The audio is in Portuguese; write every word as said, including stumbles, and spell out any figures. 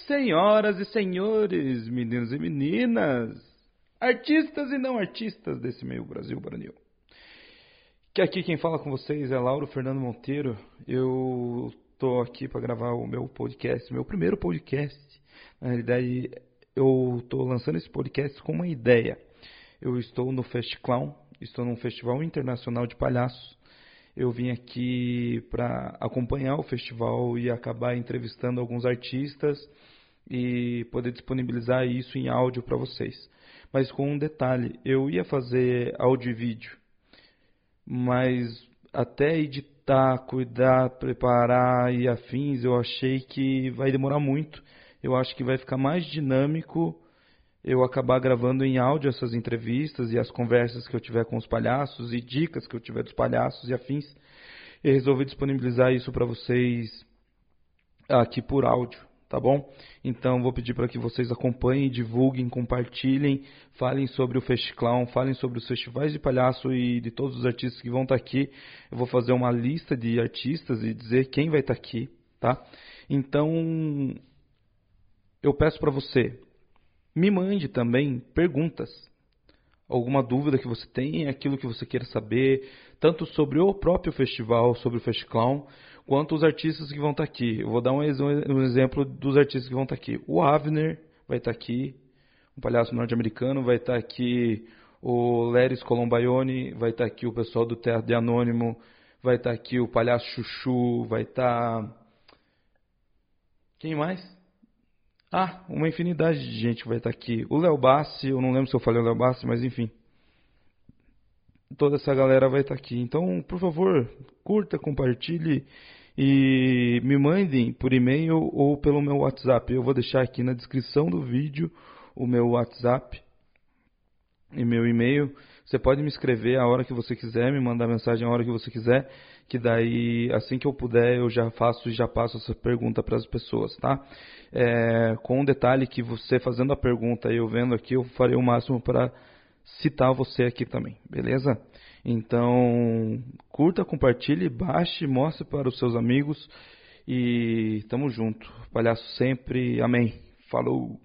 Senhoras e senhores, meninos e meninas, artistas e não artistas desse meio Brasil Brasil. Que aqui quem fala com vocês é Lauro Fernando Monteiro. Eu tô aqui para gravar o meu podcast, meu primeiro podcast. Na realidade, eu tô lançando esse podcast com uma ideia. Eu estou no FestClown, estou num festival internacional de palhaços. Eu vim aqui para acompanhar o festival e acabar entrevistando alguns artistas e poder disponibilizar isso em áudio para vocês. Mas com um detalhe, eu ia fazer áudio e vídeo, mas até editar, cuidar, preparar e afins, eu achei que vai demorar muito. Eu acho que vai ficar mais dinâmico eu acabar gravando em áudio essas entrevistas e as conversas que eu tiver com os palhaços e dicas que eu tiver dos palhaços e afins. E resolvi disponibilizar isso para vocês aqui por áudio, tá bom? Então vou pedir para que vocês acompanhem, divulguem, compartilhem, falem sobre o FestClown, falem sobre os festivais de palhaço e de todos os artistas que vão estar aqui. Eu vou fazer uma lista de artistas e dizer quem vai estar aqui, tá? Então eu peço para você, me mande também perguntas, alguma dúvida que você tenha, aquilo que você queira saber, tanto sobre o próprio festival, sobre o FestClown, quanto os artistas que vão estar aqui. Eu vou dar um, um exemplo dos artistas que vão estar aqui. O Avner vai estar aqui, um palhaço norte-americano, vai estar aqui o Leris Colombaione, vai estar aqui o pessoal do Teatro de Anônimo, vai estar aqui o palhaço Chuchu, vai estar... Quem mais? Ah, uma infinidade de gente que vai estar aqui. O Léo Bassi, eu não lembro se eu falei o Léo Bassi, mas enfim. Toda essa galera vai estar aqui. Então, por favor, curta, compartilhe e me mandem por e-mail ou pelo meu WhatsApp. Eu vou deixar aqui na descrição do vídeo o meu WhatsApp e meu e-mail. Você pode me escrever a hora que você quiser, me mandar mensagem a hora que você quiser, que daí, assim que eu puder, eu já faço e já passo essa pergunta para as pessoas, tá? É, com um detalhe que você fazendo a pergunta e eu vendo aqui, eu farei o máximo para citar você aqui também, beleza? Então, curta, compartilhe, baixe, mostre para os seus amigos e tamo junto. Palhaço sempre, amém. Falou!